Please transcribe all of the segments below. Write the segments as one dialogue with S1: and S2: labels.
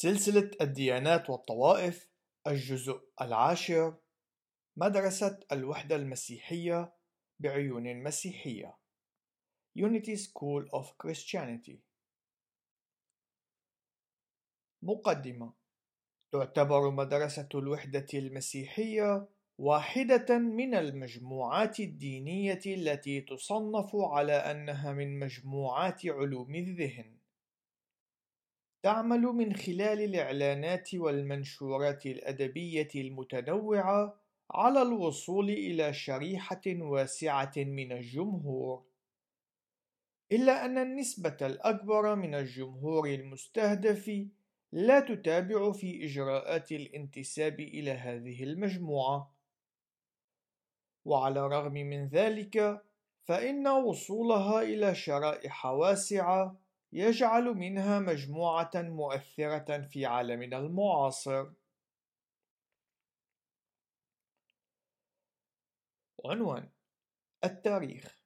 S1: سلسلة الديانات والطوائف، الجزء 10. مدرسة الوحدة المسيحية بعيون مسيحية. Unity School of Christianity. مقدمة. تعتبر مدرسة الوحدة المسيحية واحدة من المجموعات الدينية التي تصنف على أنها من مجموعات علوم الذهن. تعمل من خلال الإعلانات والمنشورات الأدبية المتنوعة على الوصول إلى شريحة واسعة من الجمهور، إلا أن النسبة الأكبر من الجمهور المستهدف لا تتابع في إجراءات الانتساب إلى هذه المجموعة. وعلى الرغم من ذلك، فإن وصولها إلى شرائح واسعة يجعل منها مجموعة مؤثرة في عالمنا المعاصر. عنوان: التاريخ.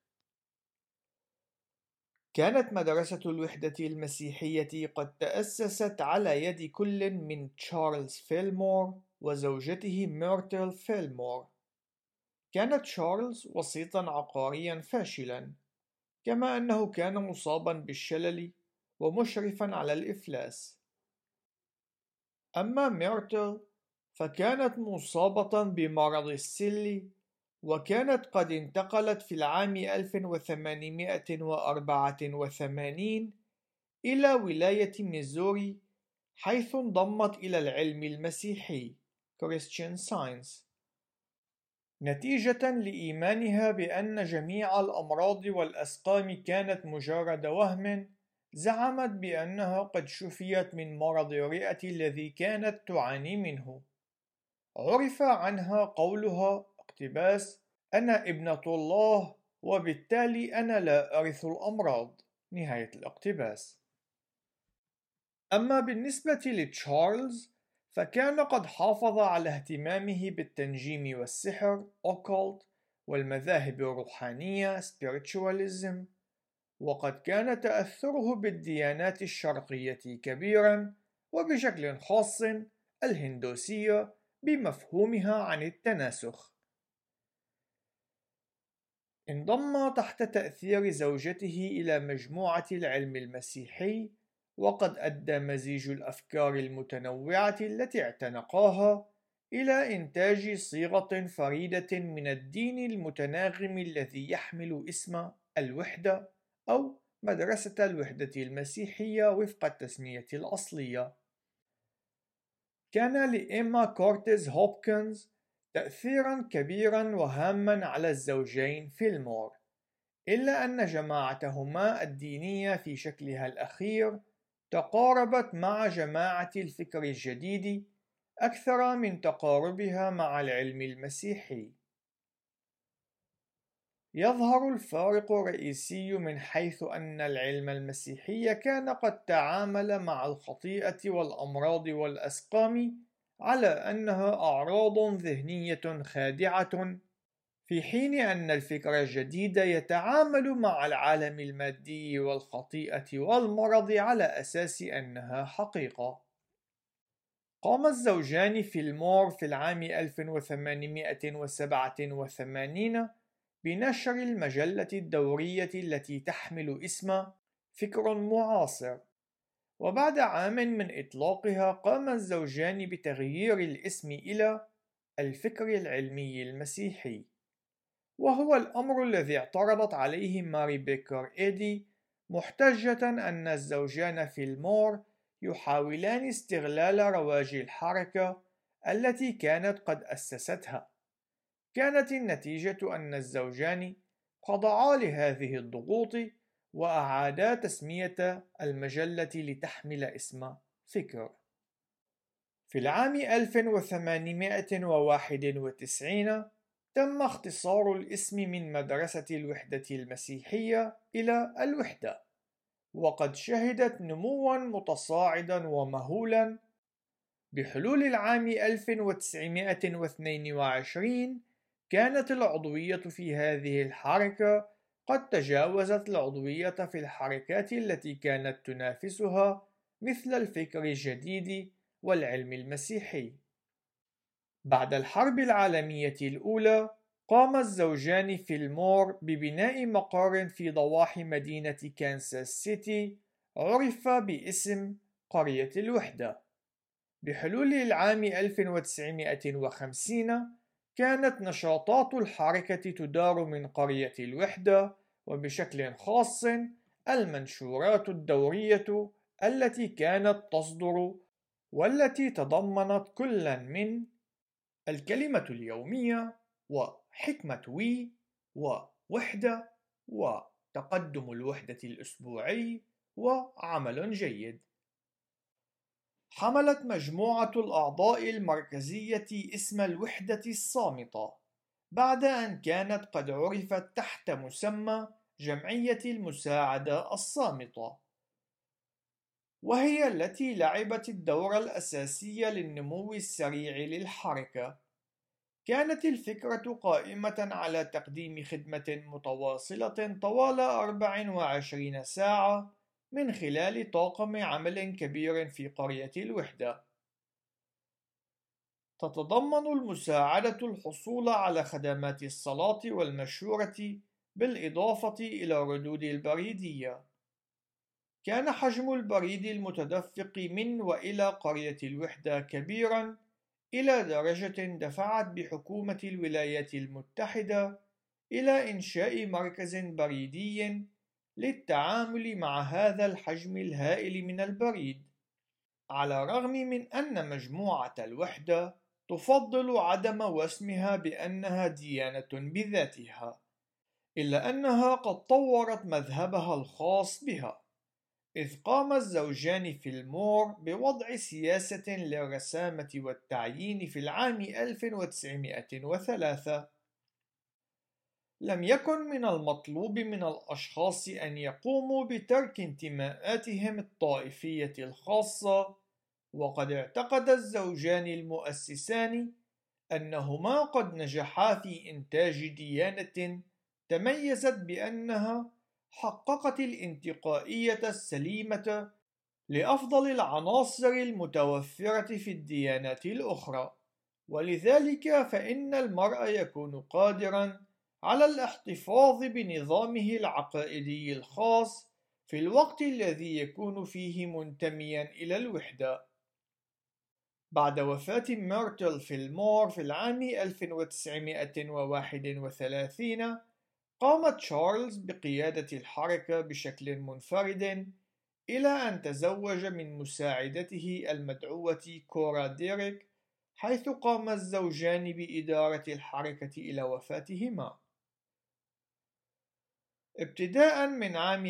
S1: كانت مدرسة الوحدة المسيحية قد تأسست على يد كل من تشارلز فيلمور وزوجته ميرتل فيلمور. كان تشارلز وسيطا عقاريا فاشلا، كما أنه كان مصابا بالشلل ومشرفا على الإفلاس. أما ميرتل فكانت مصابة بمرض السل، وكانت قد انتقلت في العام 1884 إلى ولاية ميزوري، حيث انضمت إلى العلم المسيحي Christian Science، نتيجة لإيمانها بأن جميع الأمراض والأسقام كانت مجرد وهم. زعمت بأنها قد شفيت من مرض الرئة الذي كانت تعاني منه. عرف عنها قولها اقتباس: أنا ابنة الله وبالتالي أنا لا أرث الأمراض. نهاية الاقتباس. أما بالنسبة لتشارلز فكان قد حافظ على اهتمامه بالتنجيم والسحر occult والمذاهب الروحانية spiritualism، وقد كان تأثره بالديانات الشرقية كبيرا، وبشكل خاص الهندوسية بمفهومها عن التناسخ. انضم تحت تأثير زوجته إلى مجموعة العلم المسيحي، وقد أدى مزيج الأفكار المتنوعة التي اعتنقاها إلى إنتاج صيغة فريدة من الدين المتناغم الذي يحمل اسم الوحدة أو مدرسة الوحدة المسيحية وفق التسمية الأصلية. كان لإيما كورتيز هوبكنز تأثيرا كبيرا وهاما على الزوجين فيلمور، إلا أن جماعتهما الدينية في شكلها الأخير تقاربت مع جماعة الفكر الجديد أكثر من تقاربها مع العلم المسيحي. يظهر الفارق الرئيسي من حيث أن العلم المسيحي كان قد تعامل مع الخطيئة والأمراض والأسقام على أنها أعراض ذهنية خادعة، في حين أن الفكر الجديد يتعامل مع العالم المادي والخطيئة والمرض على أساس أنها حقيقة. قام الزوجان فيلمور في العام 1887 بنشر المجلة الدورية التي تحمل اسم فكر معاصر، وبعد عام من إطلاقها قام الزوجان بتغيير الاسم إلى الفكر العلمي المسيحي، وهو الأمر الذي اعترضت عليه ماري بيكر إيدي، محتجة أن الزوجان فيلمور يحاولان استغلال رواج الحركة التي كانت قد أسستها. كانت النتيجة أن الزوجان خضعا لهذه الضغوط وأعادا تسمية المجلة لتحمل اسم فكر. في العام 1891 تم اختصار الاسم من مدرسة الوحدة المسيحية إلى الوحدة، وقد شهدت نمواً متصاعداً ومهولاً. بحلول العام 1922 كانت العضوية في هذه الحركة قد تجاوزت العضوية في الحركات التي كانت تنافسها مثل الفكر الجديد والعلم المسيحي. بعد الحرب العالمية الأولى، قام الزوجان فيلمور ببناء مقر في ضواحي مدينة كانساس سيتي عُرف باسم قرية الوحدة. بحلول العام 1950 كانت نشاطات الحركة تدار من قرية الوحدة، وبشكل خاص المنشورات الدورية التي كانت تصدر والتي تضمنت كلا من الكلمة اليومية وحكمة وي ووحدة وتقدم الوحدة الأسبوعي وعمل جيد. حملت مجموعة الأعضاء المركزية اسم الوحدة الصامتة بعد أن كانت قد عرفت تحت مسمى جمعية المساعدة الصامتة، وهي التي لعبت الدور الأساسي للنمو السريع للحركة. كانت الفكرة قائمة على تقديم خدمة متواصلة طوال 24 ساعة من خلال طاقم عمل كبير في قرية الوحدة. تتضمن المساعدة الحصول على خدمات الصلاة والمشورة بالإضافة إلى الردود البريدية. كان حجم البريد المتدفق من وإلى قرية الوحدة كبيرا إلى درجة دفعت بحكومة الولايات المتحدة إلى إنشاء مركز بريدي للتعامل مع هذا الحجم الهائل من البريد. على الرغم من أن مجموعة الوحدة تفضل عدم وصمها بأنها ديانة بذاتها، إلا أنها قد طورت مذهبها الخاص بها، إذ قام الزوجان فيلمور بوضع سياسة للرسامة والتعيين في العام 1903. لم يكن من المطلوب من الأشخاص أن يقوموا بترك انتماءاتهم الطائفية الخاصة، وقد اعتقد الزوجان المؤسسان أنهما قد نجحا في إنتاج ديانة تميزت بأنها حققت الانتقائية السليمة لأفضل العناصر المتوفرة في الديانات الأخرى، ولذلك فإن المرء يكون قادرا على الاحتفاظ بنظامه العقائدي الخاص في الوقت الذي يكون فيه منتميا إلى الوحدة. بعد وفاة ميرتل فيلمور في العام 1931 قام تشارلز بقيادة الحركة بشكل منفرد إلى أن تزوج من مساعدته المدعوة كورا ديريك، حيث قام الزوجان بإدارة الحركة إلى وفاتهما. ابتداء من عام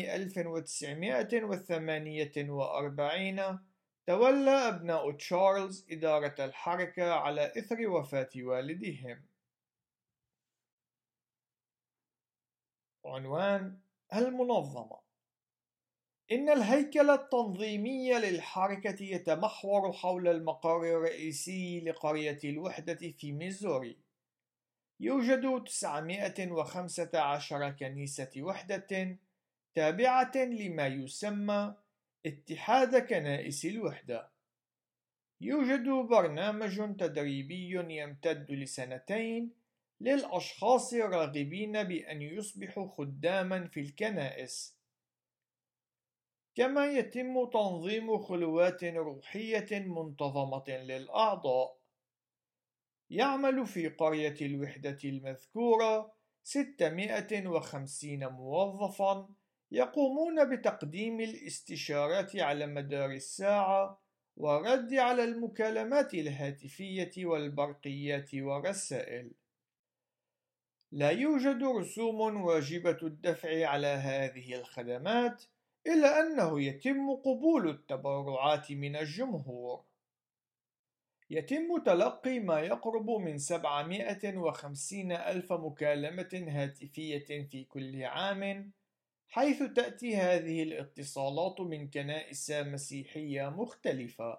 S1: 1948 تولى أبناء تشارلز إدارة الحركة على إثر وفاة والدهم. عنوان المنظمة. إن الهيكل التنظيمي للحركة يتمحور حول المقر الرئيسي لقرية الوحدة في ميزوري. يوجد 915 كنيسة وحدة تابعة لما يسمى اتحاد كنائس الوحدة. يوجد برنامج تدريبي يمتد لسنتين للأشخاص الراغبين بأن يصبحوا خداما في الكنائس. كما يتم تنظيم خلوات روحية منتظمة للأعضاء. يعمل في قرية الوحدة المذكورة 650 موظفا يقومون بتقديم الاستشارات على مدار الساعة والرد على المكالمات الهاتفية والبرقيات والرسائل. لا يوجد رسوم واجبة الدفع على هذه الخدمات، إلا أنه يتم قبول التبرعات من الجمهور. يتم تلقي ما يقرب من 750 ألف مكالمة هاتفية في كل عام، حيث تأتي هذه الاتصالات من كنائس مسيحية مختلفة.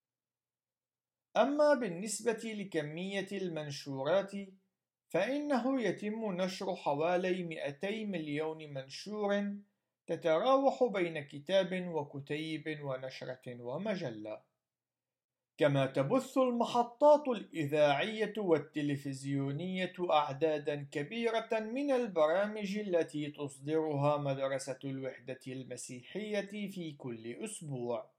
S1: أما بالنسبة لكمية المنشورات، فإنه يتم نشر حوالي 200 مليون منشور تتراوح بين كتاب وكتيب ونشرة ومجلة. كما تبث المحطات الإذاعية والتلفزيونية أعدادًا كبيرة من البرامج التي تصدرها مدرسة الوحدة المسيحية في كل أسبوع.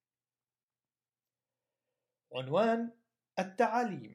S1: عنوان التعاليم.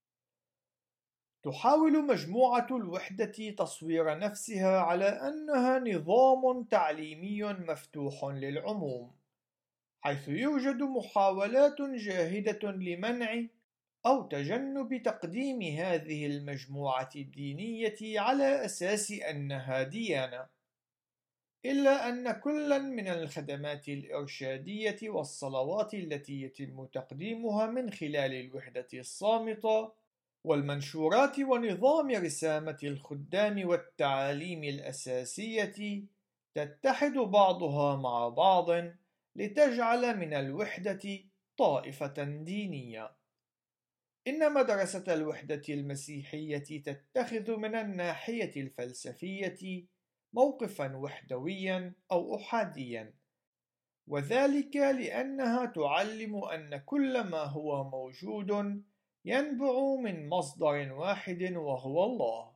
S1: تحاول مجموعة الوحدة تصوير نفسها على أنها نظام تعليمي مفتوح للعموم، حيث يوجد محاولات جاهدة لمنع أو تجنب تقديم هذه المجموعة الدينية على أساس أنها ديانة، إلا أن كلا من الخدمات الإرشادية والصلوات التي يتم تقديمها من خلال الوحدة الصامتة والمنشورات ونظام رسامة الخدام والتعاليم الأساسية تتحد بعضها مع بعض لتجعل من الوحدة طائفة دينية. إن مدرسة الوحدة المسيحية تتخذ من الناحية الفلسفية موقفًا وحدويًا أو أحاديًا، وذلك لأنها تعلم أن كل ما هو موجود ينبع من مصدر واحد وهو الله.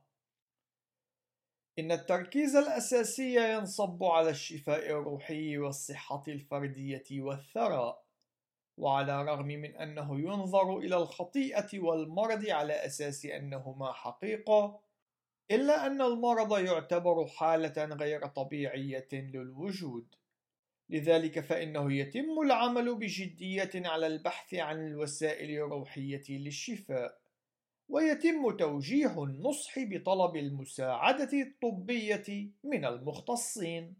S1: إن التركيز الأساسي ينصب على الشفاء الروحي والصحة الفردية والثراء، وعلى الرغم من أنه ينظر إلى الخطيئة والمرض على أساس أنهما حقيقة، إلا أن المرض يعتبر حالة غير طبيعية للوجود. لذلك فإنه يتم العمل بجدية على البحث عن الوسائل الروحية للشفاء، ويتم توجيه النصح بطلب المساعدة الطبية من المختصين.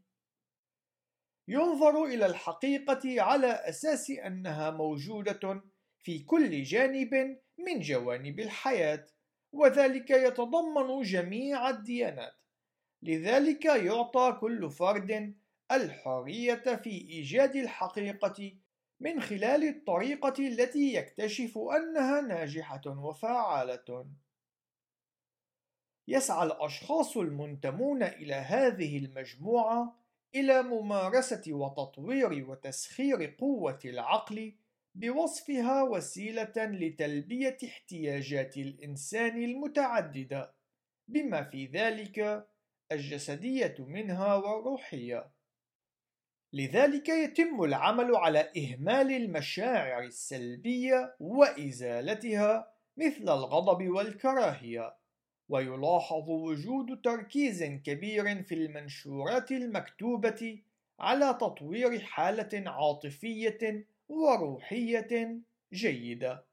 S1: ينظر إلى الحقيقة على أساس أنها موجودة في كل جانب من جوانب الحياة، وذلك يتضمن جميع الديانات. لذلك يعطى كل فرد الحرية في إيجاد الحقيقة من خلال الطريقة التي يكتشف أنها ناجحة وفعالة. يسعى الأشخاص المنتمون إلى هذه المجموعة إلى ممارسة وتطوير وتسخير قوة العقل بوصفها وسيلة لتلبية احتياجات الإنسان المتعددة، بما في ذلك الجسدية منها والروحية. لذلك يتم العمل على إهمال المشاعر السلبية وإزالتها مثل الغضب والكراهية، ويلاحظ وجود تركيز كبير في المنشورات المكتوبة على تطوير حالة عاطفية وروحية جيدة.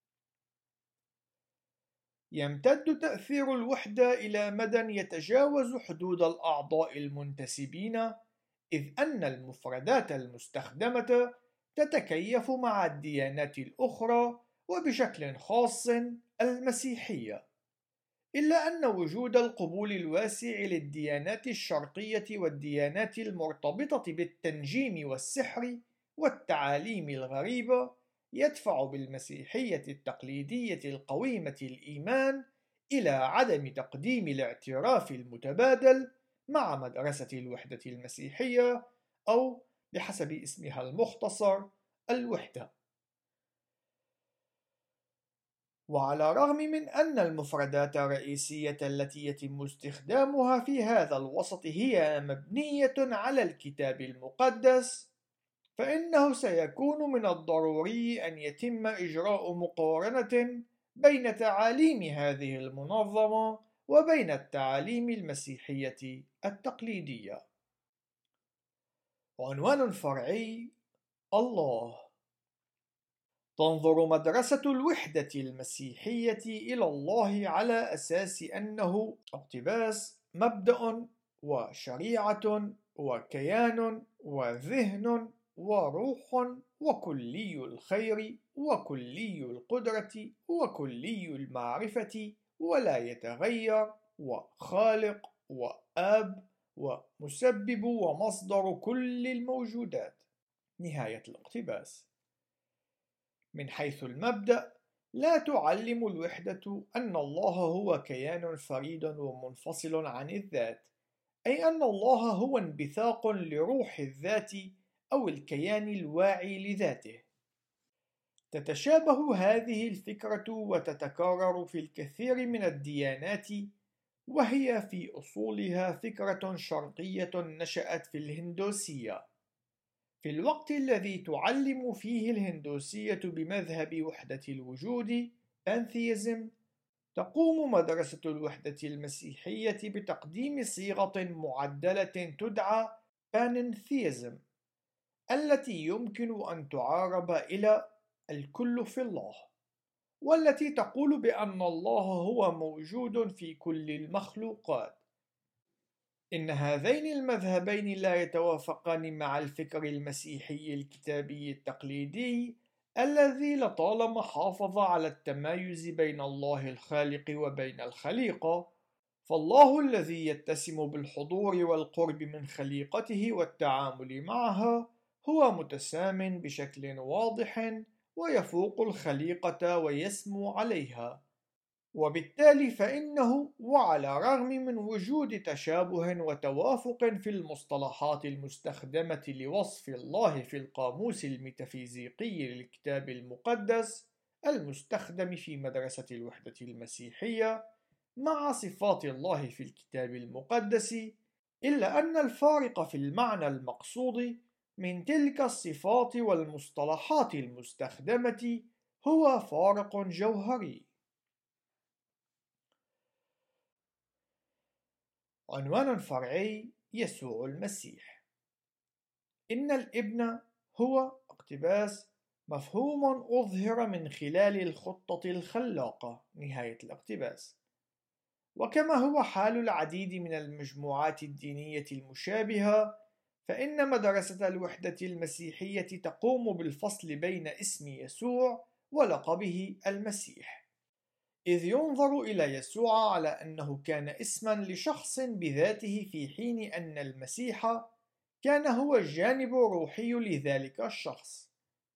S1: يمتد تأثير الوحدة إلى مدى يتجاوز حدود الأعضاء المنتسبين، إذ أن المفردات المستخدمة تتكيف مع الديانات الأخرى وبشكل خاص المسيحية، إلا أن وجود القبول الواسع للديانات الشرقية والديانات المرتبطة بالتنجيم والسحر والتعاليم الغريبة يدفع بالمسيحية التقليدية القويمة الإيمان إلى عدم تقديم الاعتراف المتبادل مع مدرسة الوحدة المسيحية، أو بحسب اسمها المختصر الوحدة. وعلى الرغم من أن المفردات الرئيسية التي يتم استخدامها في هذا الوسط هي مبنية على الكتاب المقدس، فإنه سيكون من الضروري أن يتم إجراء مقارنة بين تعاليم هذه المنظمة وبين التعاليم المسيحية التقليدية. عنوان فرعي: الله. تنظر مدرسة الوحدة المسيحية إلى الله على أساس أنه اقتباس مبدأ وشريعة وكيان وذهن وروح وكلي الخير وكلي القدرة وكلي المعرفة ولا يتغير، وخالق وآب ومسبب ومصدر كل الموجودات. نهاية الاقتباس. من حيث المبدأ، لا تعلم الوحدة أن الله هو كيان فريد ومنفصل عن الذات، أي أن الله هو انبثاق لروح الذات أو الكيان الواعي لذاته. تتشابه هذه الفكرة وتتكرر في الكثير من الديانات، وهي في أصولها فكرة شرقية نشأت في الهندوسية. في الوقت الذي تعلم فيه الهندوسية بمذهب وحدة الوجود pantheism، تقوم مدرسة الوحدة المسيحية بتقديم صيغة معدلة تدعى panentheism، التي يمكن أن تعارب إلى الكل في الله، والتي تقول بأن الله هو موجود في كل المخلوقات. إن هذين المذهبين لا يتوافقان مع الفكر المسيحي الكتابي التقليدي الذي لطالما حافظ على التمايز بين الله الخالق وبين الخليقة، فالله الذي يتسم بالحضور والقرب من خليقته والتعامل معها هو متسام بشكل واضح ويفوق الخليقة ويسمو عليها، وبالتالي فإنه وعلى الرغم من وجود تشابه وتوافق في المصطلحات المستخدمة لوصف الله في القاموس الميتافيزيقي للكتاب المقدس المستخدم في مدرسة الوحدة المسيحية مع صفات الله في الكتاب المقدس، إلا أن الفارق في المعنى المقصود من تلك الصفات والمصطلحات المستخدمة هو فارق جوهري. عنوان فرعي: يسوع المسيح. إن الابن هو اقتباس مفهوم أظهر من خلال الخطة الخلاقة، نهاية الاقتباس. وكما هو حال العديد من المجموعات الدينية المشابهة، فإن مدرسة الوحدة المسيحية تقوم بالفصل بين اسم يسوع ولقبه المسيح، إذ ينظر إلى يسوع على أنه كان اسما لشخص بذاته، في حين أن المسيح كان هو الجانب الروحي لذلك الشخص.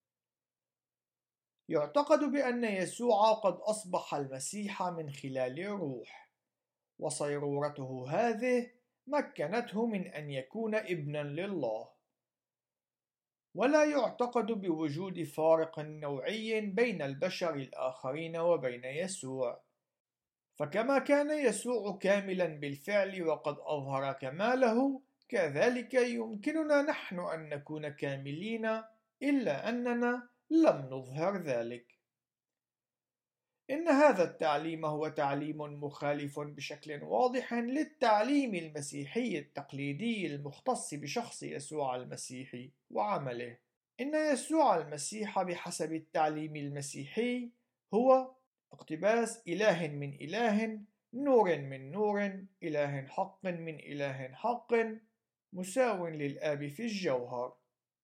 S1: يعتقد بأن يسوع قد أصبح المسيح من خلال الروح، وصيرورته هذه مكنته من أن يكون ابنا لله. ولا يعتقد بوجود فارق نوعي بين البشر الآخرين وبين يسوع، فكما كان يسوع كاملا بالفعل وقد أظهر كماله، كذلك يمكننا نحن أن نكون كاملين، إلا أننا لم نظهر ذلك. إن هذا التعليم هو تعليم مخالف بشكل واضح للتعليم المسيحي التقليدي المختص بشخص يسوع المسيح وعمله. إن يسوع المسيح بحسب التعليم المسيحي هو اقتباس إله من إله، نور من نور، إله حق من إله حق، مساو للآب في الجوهر.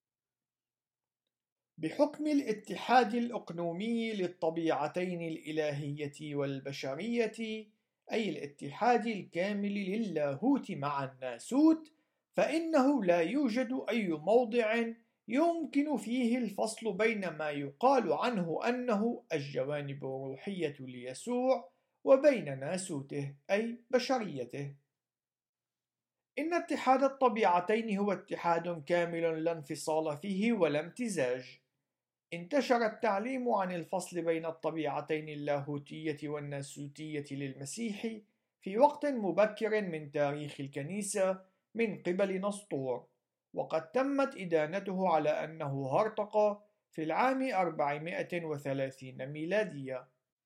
S1: بحكم الاتحاد الأقنومي للطبيعتين الإلهية والبشرية، أي الاتحاد الكامل للاهوت مع الناسوت، فإنه لا يوجد أي موضع يمكن فيه الفصل بين ما يقال عنه أنه الجوانب الروحية ليسوع وبين ناسوته أي بشريته. إن اتحاد الطبيعتين هو اتحاد كامل لا انفصال فيه ولا امتزاج. انتشر التعليم عن الفصل بين الطبيعتين اللاهوتية والناسوتية للمسيح في وقت مبكر من تاريخ الكنيسة من قبل نسطور، وقد تمت إدانته على أنه هرطق في العام 430 ميلادية.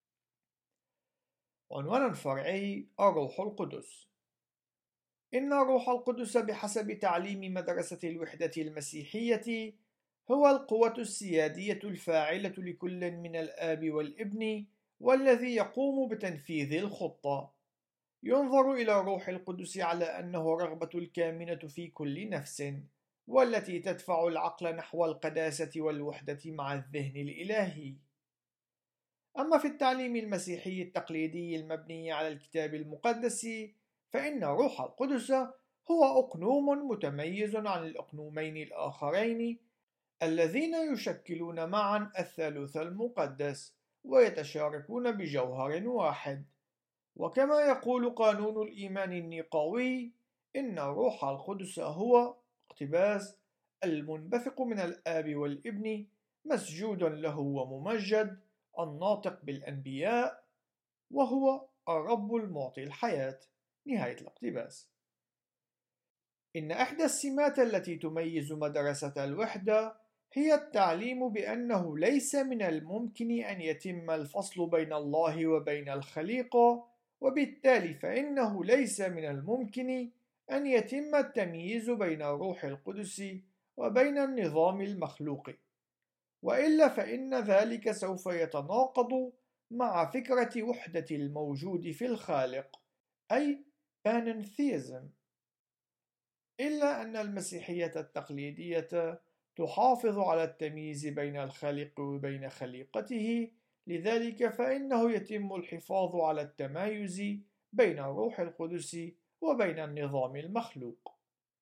S1: عنوان فرعي: الروح القدس. إن الروح القدس بحسب تعليم مدرسة الوحدة المسيحية هو القوة السيادية الفاعلة لكل من الآب والابن، والذي يقوم بتنفيذ الخطة. ينظر إلى الروح القدس على أنه رغبة الكامنة في كل نفس، والتي تدفع العقل نحو القداسة والوحدة مع الذهن الإلهي. أما في التعليم المسيحي التقليدي المبني على الكتاب المقدس، فإن الروح القدس هو أقنوم متميز عن الأقنومين الآخرين الذين يشكلون معا الثالوث المقدس ويتشاركون بجوهر واحد. وكما يقول قانون الإيمان النيقاوي: إن روح القدس هو اقتباس المنبثق من الآب والابن مسجود له وممجد الناطق بالأنبياء وهو الرب المعطي الحياة. نهاية الاقتباس. إن إحدى السمات التي تميز مدرسة الوحدة هي التعليم بأنه ليس من الممكن أن يتم الفصل بين الله وبين الخليقة، وبالتالي فإنه ليس من الممكن أن يتم التمييز بين الروح القدس وبين النظام المخلوق، وإلا فإن ذلك سوف يتناقض مع فكرة وحدة الموجود في الخالق، أي panentheism. إلا أن المسيحية التقليدية تحافظ على التمييز بين الخالق وبين خليقته، لذلك فإنه يتم الحفاظ على التمايز بين الروح القدس وبين النظام المخلوق.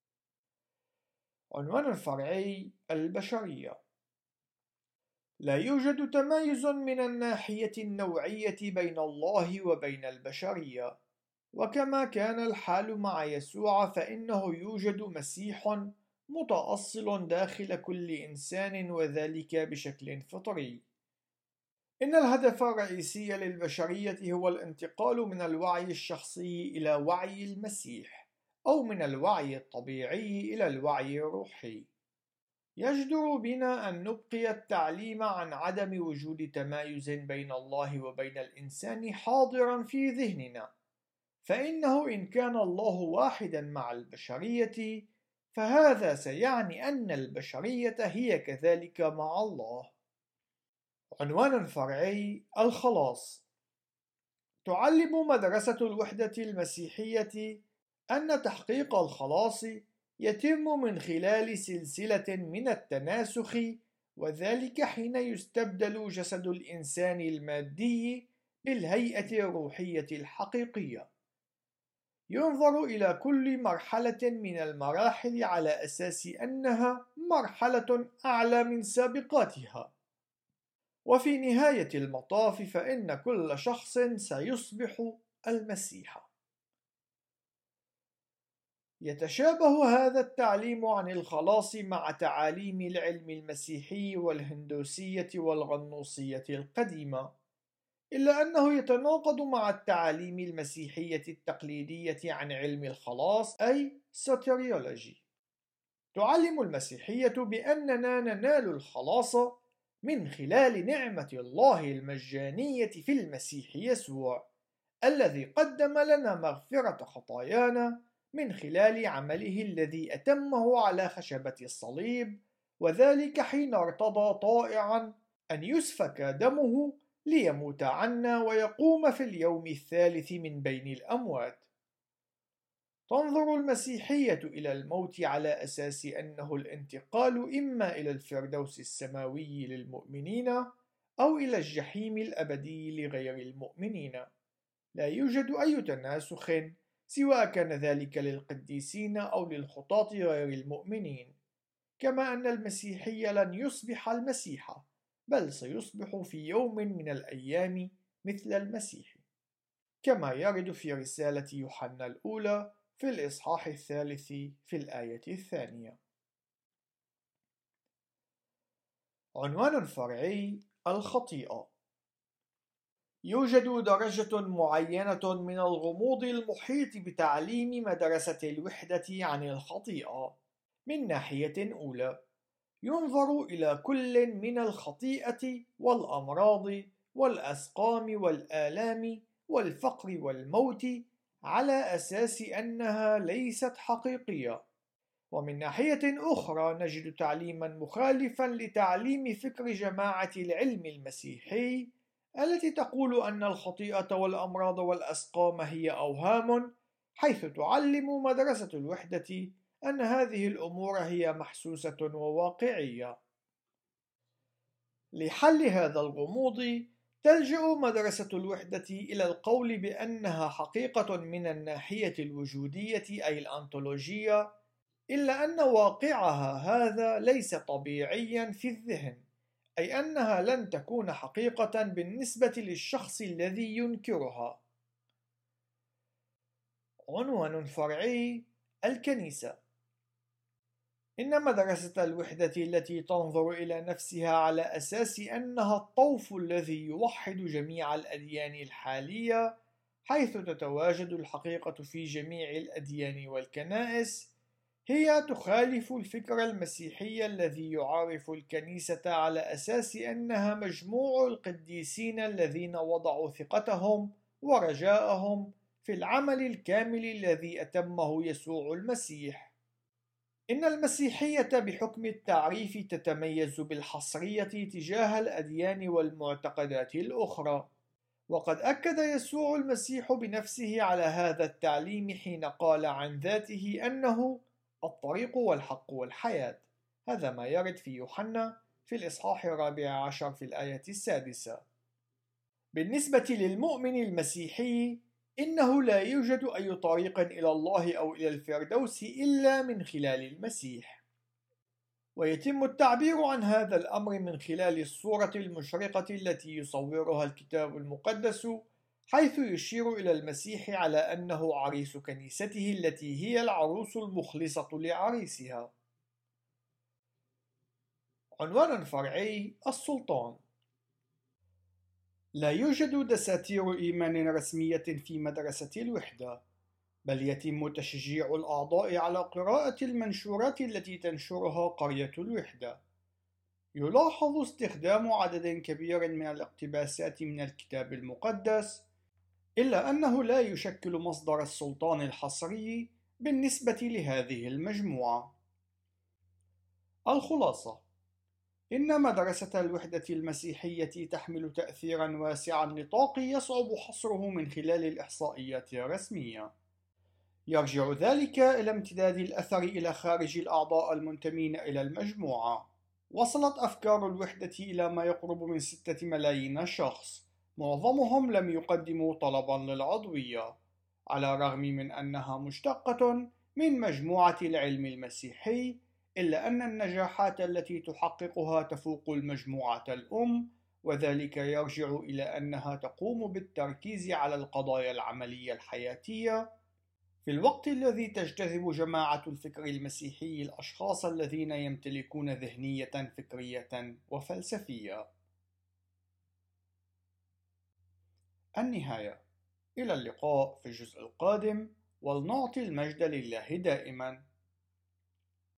S1: عنوان فرعي: البشرية. لا يوجد تمايز من الناحية النوعية بين الله وبين البشرية، وكما كان الحال مع يسوع فإنه يوجد مسيح متأصل داخل كل إنسان، وذلك بشكل فطري. إن الهدف الرئيسي للبشرية هو الانتقال من الوعي الشخصي إلى وعي المسيح، أو من الوعي الطبيعي إلى الوعي الروحي. يجدر بنا أن نبقي التعليم عن عدم وجود تمايز بين الله وبين الإنسان حاضرا في ذهننا، فإنه إن كان الله واحدا مع البشرية فهذا سيعني أن البشرية هي كذلك مع الله. عنوان فرعي: الخلاص. تعلم مدرسة الوحدة المسيحية أن تحقيق الخلاص يتم من خلال سلسلة من التناسخ، وذلك حين يستبدل جسد الإنسان المادي بالهيئة الروحية الحقيقية. ينظر إلى كل مرحلة من المراحل على أساس أنها مرحلة أعلى من سابقاتها، وفي نهاية المطاف فإن كل شخص سيصبح المسيح. يتشابه هذا التعليم عن الخلاص مع تعاليم العلم المسيحي والهندوسية والغنوصية القديمة، إلا أنه يتناقض مع التعاليم المسيحية التقليدية عن علم الخلاص أي soteriology. تعلم المسيحية بأننا ننال الخلاص من خلال نعمة الله المجانية في المسيح يسوع، الذي قدم لنا مغفرة خطايانا من خلال عمله الذي أتمه على خشبة الصليب، وذلك حين ارتضى طائعا أن يسفك دمه ليموت عنا ويقوم في اليوم الثالث من بين الأموات. تنظر المسيحية إلى الموت على أساس أنه الانتقال إما إلى الفردوس السماوي للمؤمنين أو إلى الجحيم الأبدي لغير المؤمنين. لا يوجد أي تناسخ سواء كان ذلك للقديسين أو للخطاة غير المؤمنين، كما أن المسيحي لن يصبح المسيح، بل سيصبح في يوم من الأيام مثل المسيح، كما يرد في رسالة يوحنا الأولى في الإصحاح 3 في الآية 2. عنوان فرعي: الخطيئة. يوجد درجة معينة من الغموض المحيط بتعليم مدرسة الوحدة عن الخطيئة. من ناحية أولى، ينظر إلى كل من الخطيئة والأمراض والأسقام والآلام والفقر والموت على أساس أنها ليست حقيقية، ومن ناحية أخرى نجد تعليما مخالفا لتعليم فكر جماعة العلم المسيحي التي تقول أن الخطيئة والأمراض والأسقام هي أوهام، حيث تعلم مدرسة الوحدة أن هذه الأمور هي محسوسة وواقعية. لحل هذا الغموض تلجأ مدرسة الوحدة إلى القول بأنها حقيقة من الناحية الوجودية أي الأنتولوجية، إلا أن واقعها هذا ليس طبيعيا في الذهن، أي أنها لن تكون حقيقة بالنسبة للشخص الذي ينكرها. عنوان فرعي: الكنيسة. إن مدرسة الوحدة التي تنظر إلى نفسها على أساس أنها الطوف الذي يوحد جميع الأديان الحالية، حيث تتواجد الحقيقة في جميع الأديان والكنائس، هي تخالف الفكر المسيحي الذي يعرف الكنيسة على أساس أنها مجموع القديسين الذين وضعوا ثقتهم ورجاءهم في العمل الكامل الذي أتمه يسوع المسيح. إن المسيحية بحكم التعريف تتميز بالحصرية تجاه الأديان والمعتقدات الأخرى، وقد أكد يسوع المسيح بنفسه على هذا التعليم حين قال عن ذاته أنه الطريق والحق والحياة. هذا ما يرد في يوحنا في الإصحاح 14 في الآية 6. بالنسبة للمؤمن المسيحي، إنه لا يوجد أي طريق إلى الله أو إلى الفردوس إلا من خلال المسيح. ويتم التعبير عن هذا الأمر من خلال الصورة المشرقة التي يصورها الكتاب المقدس، حيث يشير إلى المسيح على أنه عريس كنيسته التي هي العروس المخلصة لعريسها. عنوان فرعي: السلطان. لا يوجد دساتير إيمان رسمية في مدرسة الوحدة، بل يتم تشجيع الأعضاء على قراءة المنشورات التي تنشرها قرية الوحدة. يلاحظ استخدام عدد كبير من الاقتباسات من الكتاب المقدس، إلا أنه لا يشكل مصدر السلطان الحصري بالنسبة لهذه المجموعة. الخلاصة: إن مدرسة الوحدة المسيحية تحمل تأثيرا واسع النطاق يصعب حصره من خلال الإحصائيات الرسمية. يرجع ذلك إلى امتداد الأثر إلى خارج الأعضاء المنتمين إلى المجموعة. وصلت أفكار الوحدة إلى ما يقرب من 6 ملايين شخص، معظمهم لم يقدموا طلبا للعضوية، على الرغم من أنها مشتقة من مجموعة العلم المسيحي، إلا أن النجاحات التي تحققها تفوق المجموعة الأم، وذلك يرجع إلى أنها تقوم بالتركيز على القضايا العملية الحياتية، في الوقت الذي تجتذب جماعة الفكر المسيحي الأشخاص الذين يمتلكون ذهنية فكرية وفلسفية. النهاية. إلى اللقاء في الجزء القادم، ولنعطي المجد لله دائما.